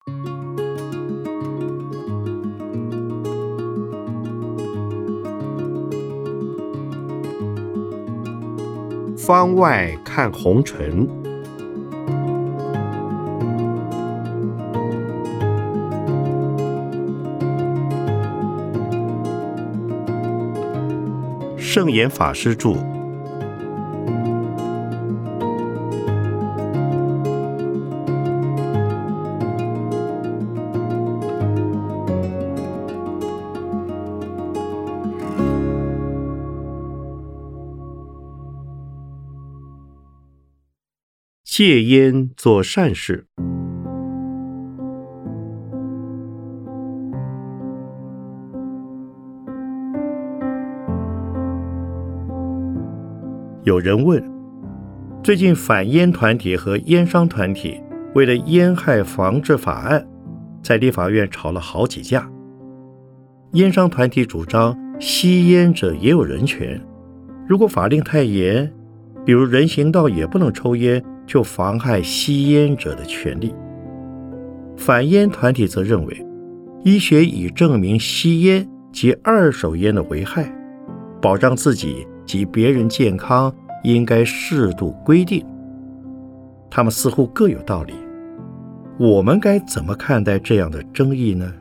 方外看红尘，圣严法师著。戒烟做善事。有人问，最近反烟团体和烟商团体为了烟害防治法案，在立法院吵了好几架。烟商团体主张吸烟者也有人权，如果法令太严，比如人行道也不能抽烟，就妨害吸烟者的权利。反烟团体则认为，医学已证明吸烟及二手烟的危害，保障自己及别人健康应该适度规定。他们似乎各有道理，我们该怎么看待这样的争议呢？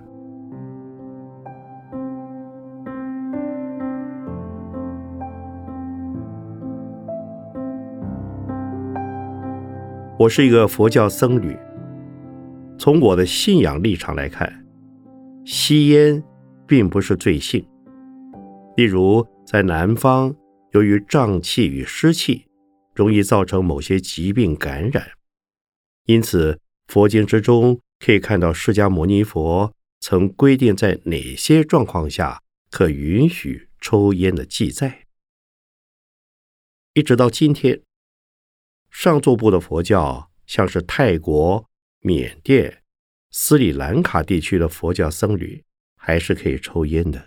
我是一个佛教僧侣，从我的信仰立场来看，吸烟并不是罪性。例如在南方，由于瘴气与湿气，容易造成某些疾病感染，因此佛经之中可以看到释迦牟尼佛曾规定在哪些状况下可允许抽烟的记载。一直到今天，上座部的佛教，像是泰国、缅甸、斯里兰卡地区的佛教僧侣，还是可以抽烟的。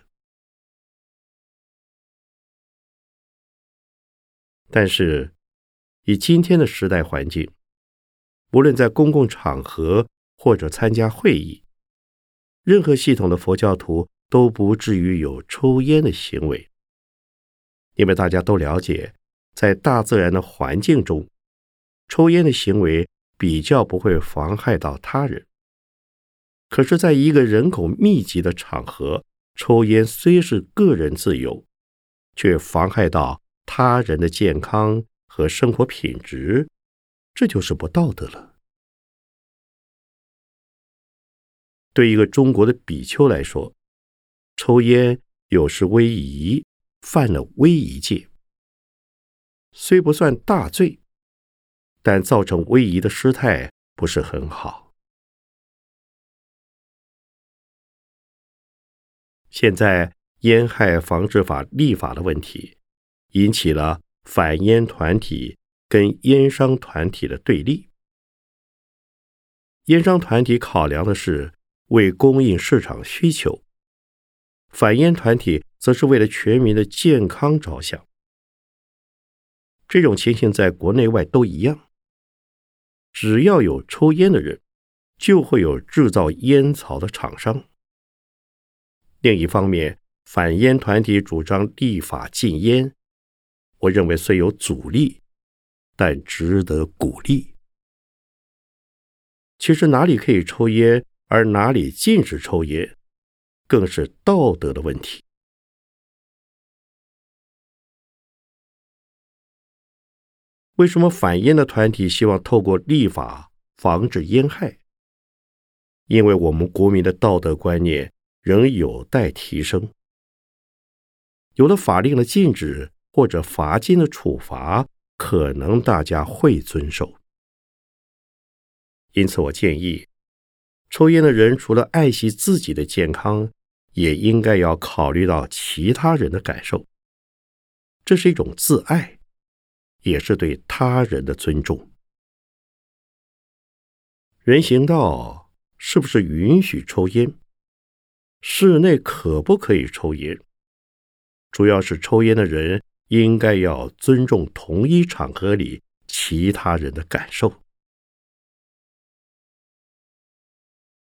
但是，以今天的时代环境，无论在公共场合或者参加会议，任何系统的佛教徒都不至于有抽烟的行为，因为大家都了解，在大自然的环境中，抽烟的行为比较不会妨害到他人。可是在一个人口密集的场合，抽烟虽是个人自由，却妨害到他人的健康和生活品质，这就是不道德了。对一个中国的比丘来说，抽烟有失威仪，犯了威仪戒，虽不算大罪，但造成威仪的失态不是很好。现在烟害防治法立法的问题，引起了反烟团体跟烟商团体的对立。烟商团体考量的是为供应市场需求，反烟团体则是为了全民的健康着想。这种情形在国内外都一样，只要有抽烟的人，就会有制造烟草的厂商。另一方面，反烟团体主张立法禁烟，我认为虽有阻力，但值得鼓励。其实哪里可以抽烟，而哪里禁止抽烟，更是道德的问题。为什么反烟的团体希望透过立法防止烟害？因为我们国民的道德观念仍有待提升。有了法令的禁止或者罚金的处罚，可能大家会遵守。因此我建议，抽烟的人除了爱惜自己的健康，也应该要考虑到其他人的感受。这是一种自爱，也是对他人的尊重。人行道是不是允许抽烟？室内可不可以抽烟？主要是抽烟的人应该要尊重同一场合里其他人的感受。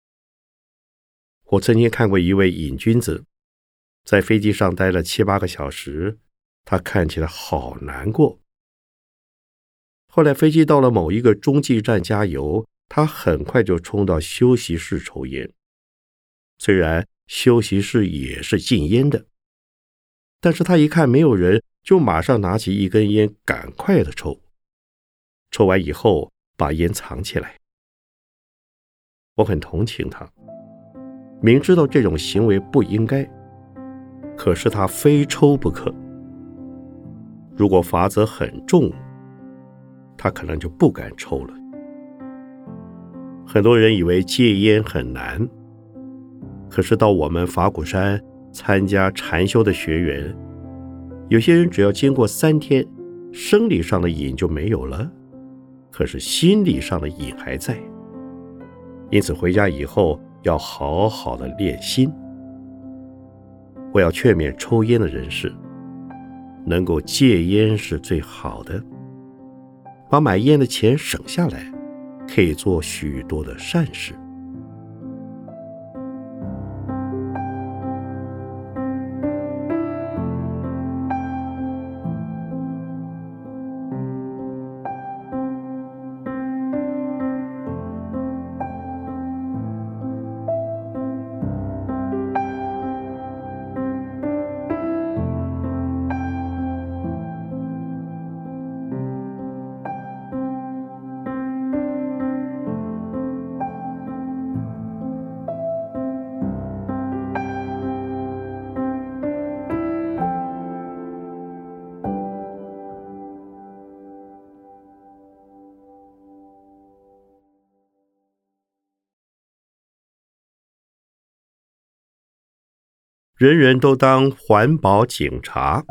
我曾经看过一位瘾君子，在飞机上待了7、8个小时，他看起来好难过。后来飞机到了某一个中继站加油，他很快就冲到休息室抽烟。虽然休息室也是禁烟的，但是他一看没有人，就马上拿起一根烟赶快的抽。抽完以后把烟藏起来。我很同情他，明知道这种行为不应该，可是他非抽不可。如果罚则很重，他可能就不敢抽了。很多人以为戒烟很难，可是到我们法鼓山参加禅修的学员，有些人只要经过3天，生理上的瘾就没有了，可是心理上的瘾还在。因此回家以后要好好的练心。我要劝勉抽烟的人士，能够戒烟是最好的，把买烟的钱省下来，可以做许多的善事。人人都当环保警察。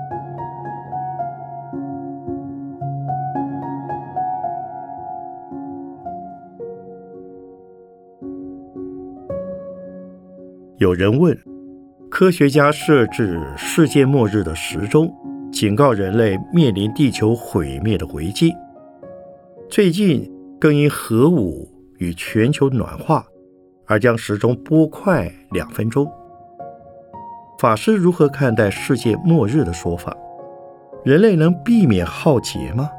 有人问，科学家设置世界末日的时钟，警告人类面临地球毁灭的危机。最近更因核武与全球暖化而将时钟拨快2分钟。法师如何看待世界末日的说法？人类能避免浩劫吗？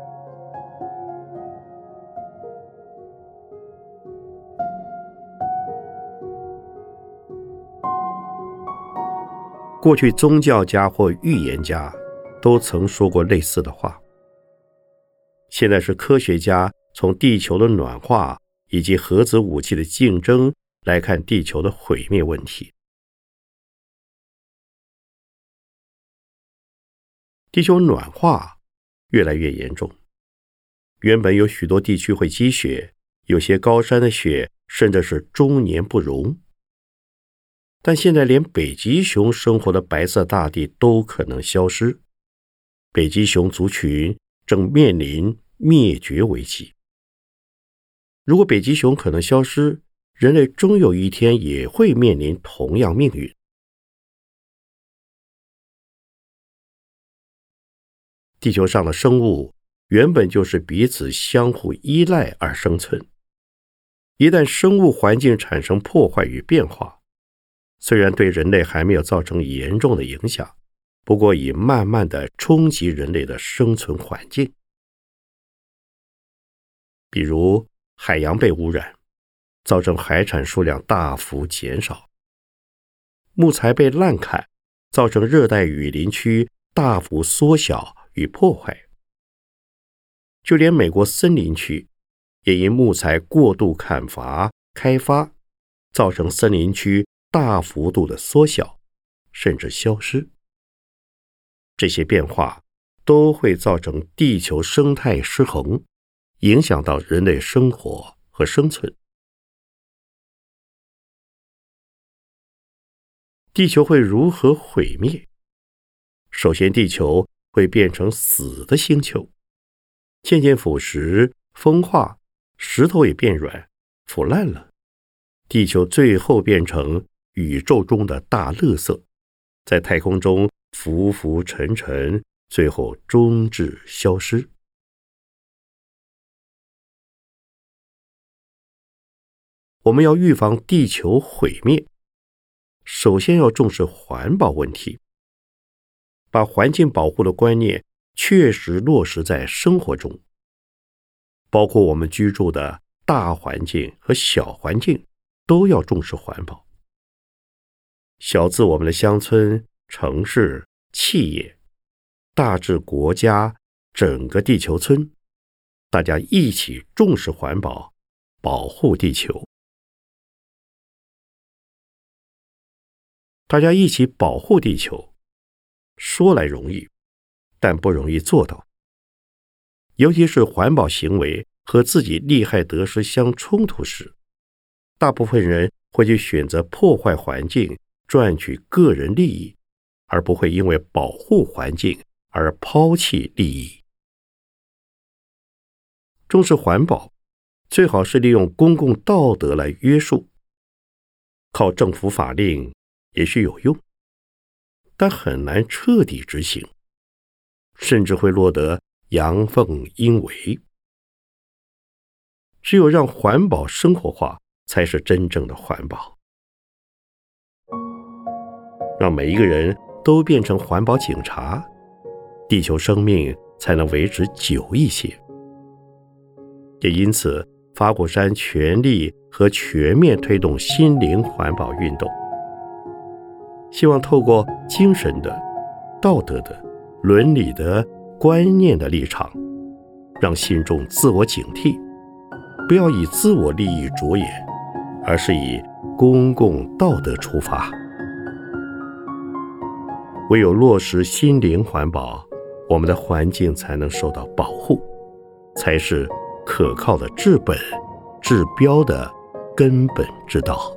过去宗教家或预言家都曾说过类似的话。现在是科学家从地球的暖化以及核子武器的竞争来看地球的毁灭问题。地球暖化越来越严重，原本有许多地区会积雪，有些高山的雪甚至是终年不融。但现在连北极熊生活的白色大地都可能消失，北极熊族群正面临灭绝危机。如果北极熊可能消失，人类终有一天也会面临同样命运。地球上的生物原本就是彼此相互依赖而生存，一旦生物环境产生破坏与变化，虽然对人类还没有造成严重的影响，不过已慢慢地冲击人类的生存环境。比如海洋被污染，造成海产数量大幅减少；木材被滥砍，造成热带雨林区大幅缩小与破坏。就连美国森林区也因木材过度砍伐开发，造成森林区大幅度的缩小甚至消失。这些变化都会造成地球生态失衡，影响到人类生活和生存。地球会如何毁灭？首先，地球会变成死的星球，渐渐腐蚀、风化，石头也变软、腐烂了。地球最后变成宇宙中的大垃圾，在太空中浮浮沉沉，最后终至消失。 我们要预防地球毁灭，首先要重视环保问题，把环境保护的观念确实落实在生活中，包括我们居住的大环境和小环境都要重视环保。小至我们的乡村、城市、企业，大至国家、整个地球村，大家一起重视环保，保护地球。大家一起保护地球，说来容易，但不容易做到。尤其是环保行为和自己利害得失相冲突时，大部分人会去选择破坏环境，赚取个人利益，而不会因为保护环境而抛弃利益。重视环保，最好是利用公共道德来约束，靠政府法令也许有用，但很难彻底执行，甚至会落得阳奉阴违。只有让环保生活化，才是真正的环保。让每一个人都变成环保警察，地球生命才能维持久一些。也因此，法鼓山全力和全面推动心灵环保运动，希望透过精神的、道德的、伦理的、观念的立场，让信众自我警惕，不要以自我利益着眼，而是以公共道德出发。唯有落实心灵环保，我们的环境才能受到保护，才是可靠的治本治标的根本之道。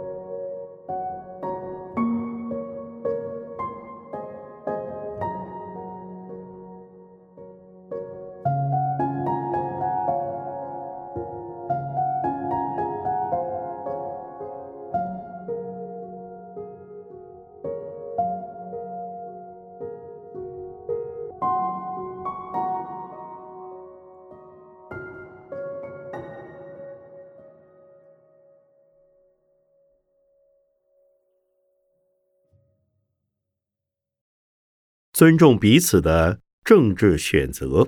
尊重彼此的政治选择。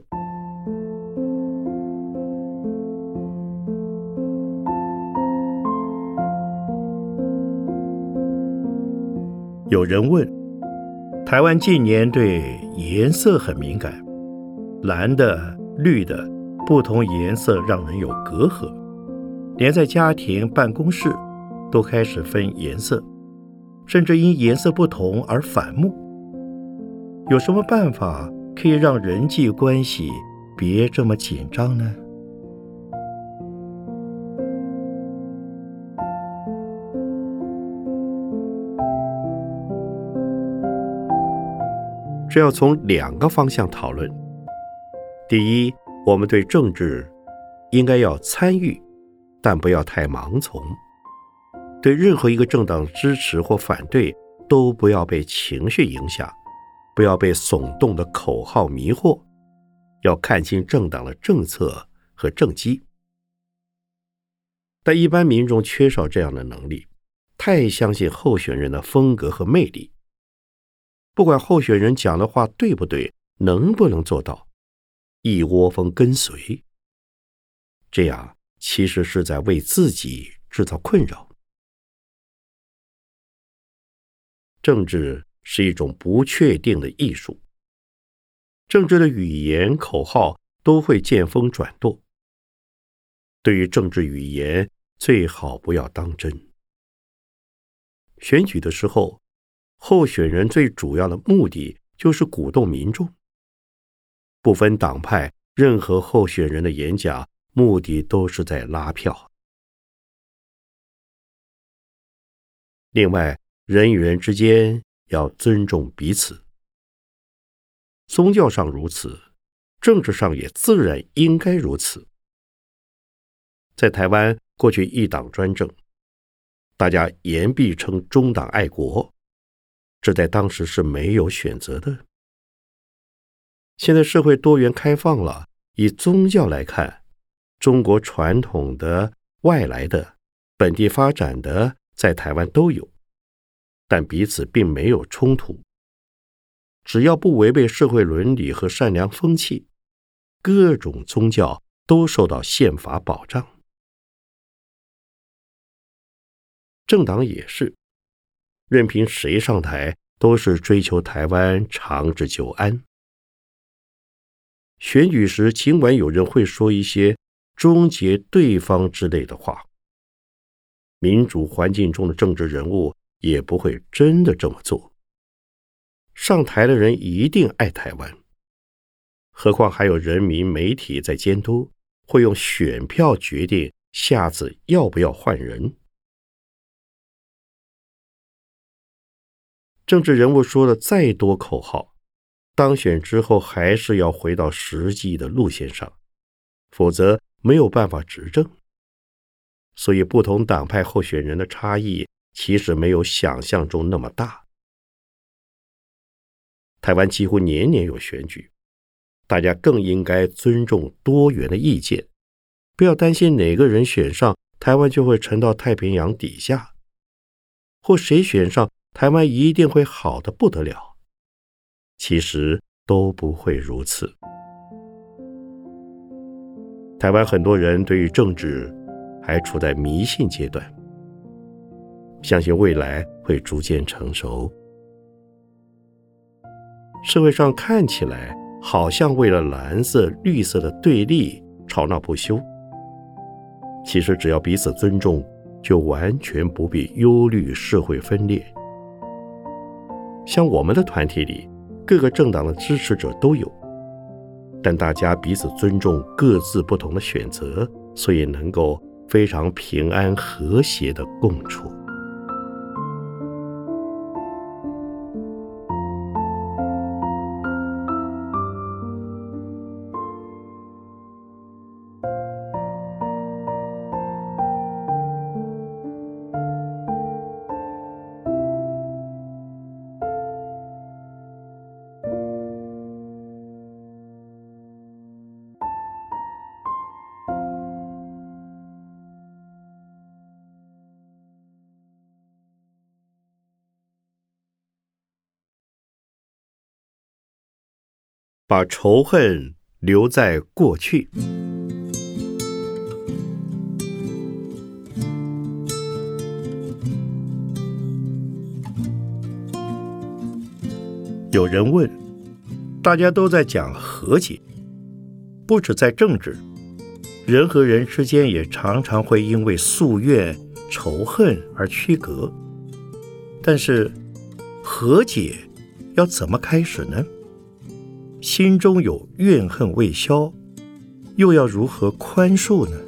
有人问，台湾近年对颜色很敏感，蓝的、绿的，不同颜色让人有隔阂，连在家庭、办公室都开始分颜色，甚至因颜色不同而反目。有什么办法可以让人际关系别这么紧张呢？这要从2个方向讨论。第一，我们对政治应该要参与，但不要太盲从。对任何一个政党支持或反对，都不要被情绪影响，不要被耸动的口号迷惑，要看清政党的政策和政绩。但一般民众缺少这样的能力，太相信候选人的风格和魅力，不管候选人讲的话对不对，能不能做到，一窝蜂跟随，这样其实是在为自己制造困扰。政治是一种不确定的艺术，政治的语言、口号都会见风转舵。对于政治语言，最好不要当真。选举的时候，候选人最主要的目的就是鼓动民众。不分党派，任何候选人的演讲，目的都是在拉票。另外，人与人之间要尊重彼此，宗教上如此，政治上也自然应该如此。在台湾，过去一党专政，大家言必称中党爱国，这在当时是没有选择的。现在社会多元开放了，以宗教来看，中国传统的、外来的本地发展的在台湾都有，但彼此并没有冲突。只要不违背社会伦理和善良风气，各种宗教都受到宪法保障。政党也是，任凭谁上台，都是追求台湾长治久安。选举时，尽管有人会说一些终结对方之类的话，民主环境中的政治人物也不会真的这么做。上台的人一定爱台湾，何况还有人民媒体在监督，会用选票决定下次要不要换人。政治人物说了再多口号，当选之后还是要回到实际的路线上，否则没有办法执政。所以不同党派候选人的差异其实没有想象中那么大。台湾几乎年年有选举，大家更应该尊重多元的意见，不要担心哪个人选上，台湾就会沉到太平洋底下，或谁选上，台湾一定会好得不得了。其实都不会如此。台湾很多人对于政治还处在迷信阶段，相信未来会逐渐成熟。社会上看起来好像为了蓝色、绿色的对立吵闹不休，其实只要彼此尊重，就完全不必忧虑社会分裂。像我们的团体里，各个政党的支持者都有，但大家彼此尊重各自不同的选择，所以能够非常平安和谐的共处。把仇恨留在过去。有人问，大家都在讲和解，不止在政治，人和人之间也常常会因为夙愿、仇恨而区隔。但是和解要怎么开始呢？心中有怨恨未消，又要如何宽恕呢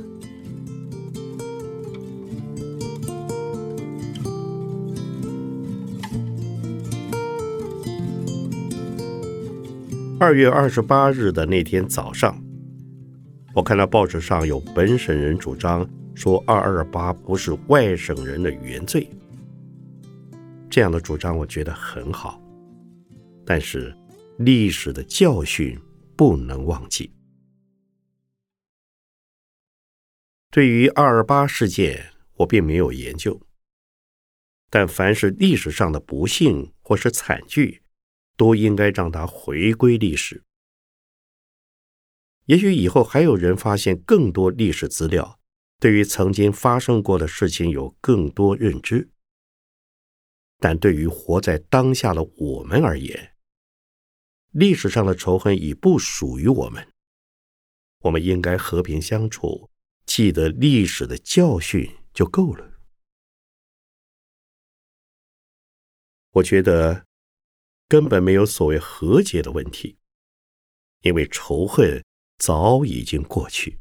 ？2月28日的那天早上，我看到报纸上有本省人主张说228不是外省人的原罪。这样的主张我觉得很好，但是历史的教训不能忘记。对于228事件，我并没有研究，但凡是历史上的不幸或是惨剧，都应该让它回归历史。也许以后还有人发现更多历史资料，对于曾经发生过的事情有更多认知。但对于活在当下的我们而言，历史上的仇恨已不属于我们，我们应该和平相处，记得历史的教训就够了。我觉得根本没有所谓和解的问题，因为仇恨早已经过去。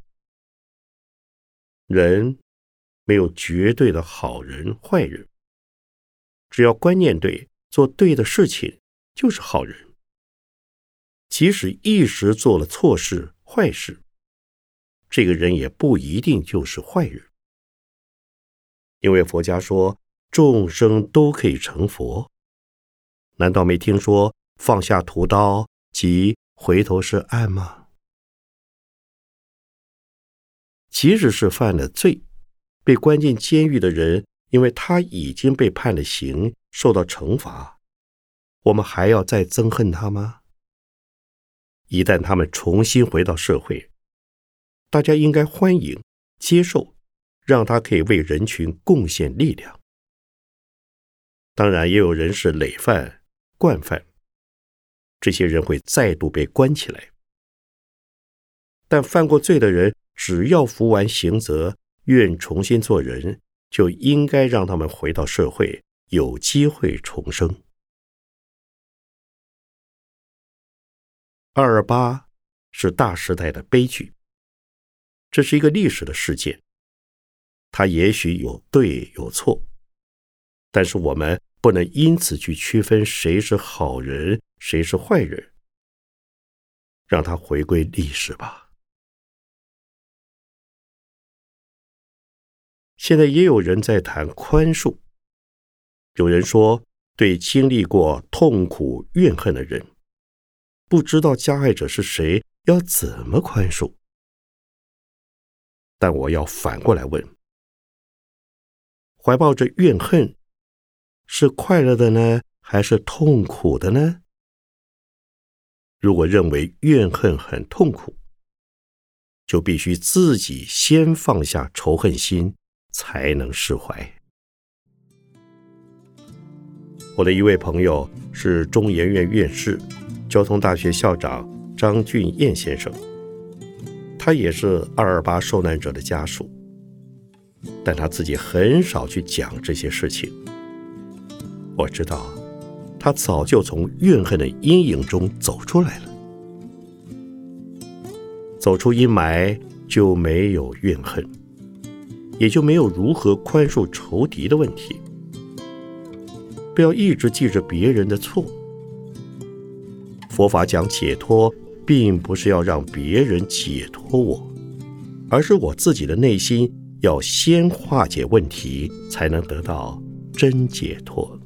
人没有绝对的好人坏人，只要观念对，做对的事情就是好人。即使一时做了错事坏事，这个人也不一定就是坏人。因为佛家说众生都可以成佛，难道没听说放下屠刀即回头是岸吗？即使是犯了罪， 被关进监狱的人，因为他已经被判了刑，受到惩罚，我们还要再憎恨他吗？一旦他们重新回到社会，大家应该欢迎、接受，让他可以为人群贡献力量。当然，也有人是累犯、惯犯，这些人会再度被关起来。但犯过罪的人，只要服完刑责，愿重新做人，就应该让他们回到社会，有机会重生。228是大时代的悲剧，这是一个历史的事件，它也许有对有错，但是我们不能因此去区分谁是好人，谁是坏人，让它回归历史吧。现在也有人在谈宽恕，有人说，对经历过痛苦怨恨的人，不知道加害者是谁，要怎么宽恕？但我要反过来问，怀抱着怨恨，是快乐的呢，还是痛苦的呢？如果认为怨恨很痛苦，就必须自己先放下仇恨心，才能释怀。我的一位朋友是中研院院士、交通大学校长张俊彦先生，他也是228受难者的家属，但他自己很少去讲这些事情。我知道他早就从怨恨的阴影中走出来了，走出阴霾就没有怨恨，也就没有如何宽恕仇敌的问题。不要一直记着别人的错。佛法讲解脱，并不是要让别人解脱我，而是我自己的内心要先化解问题，才能得到真解脱。